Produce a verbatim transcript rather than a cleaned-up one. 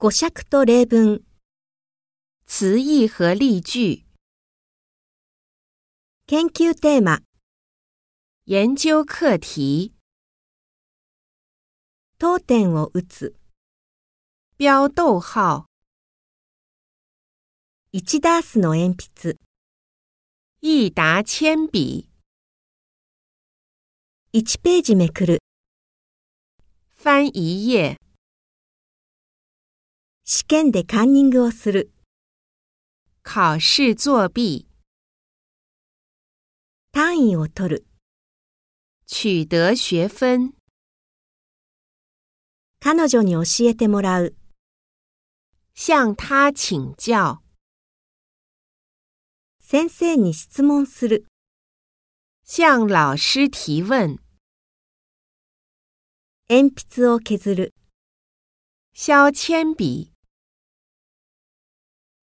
語釈と例文。 词义和例句。 研究テーマ。 研究課題。 当点を打つ。 標逗號。 いちダースの鉛筆。 一沓鉛筆。 いちページめくる。 翻一頁。 試験でカンニングをする。 考試作弊。 単位を取る。 取得學分。 彼女に教えてもらう。 向他請教。 先生に質問する。 向老師提問。 鉛筆を削る。 削鉛筆。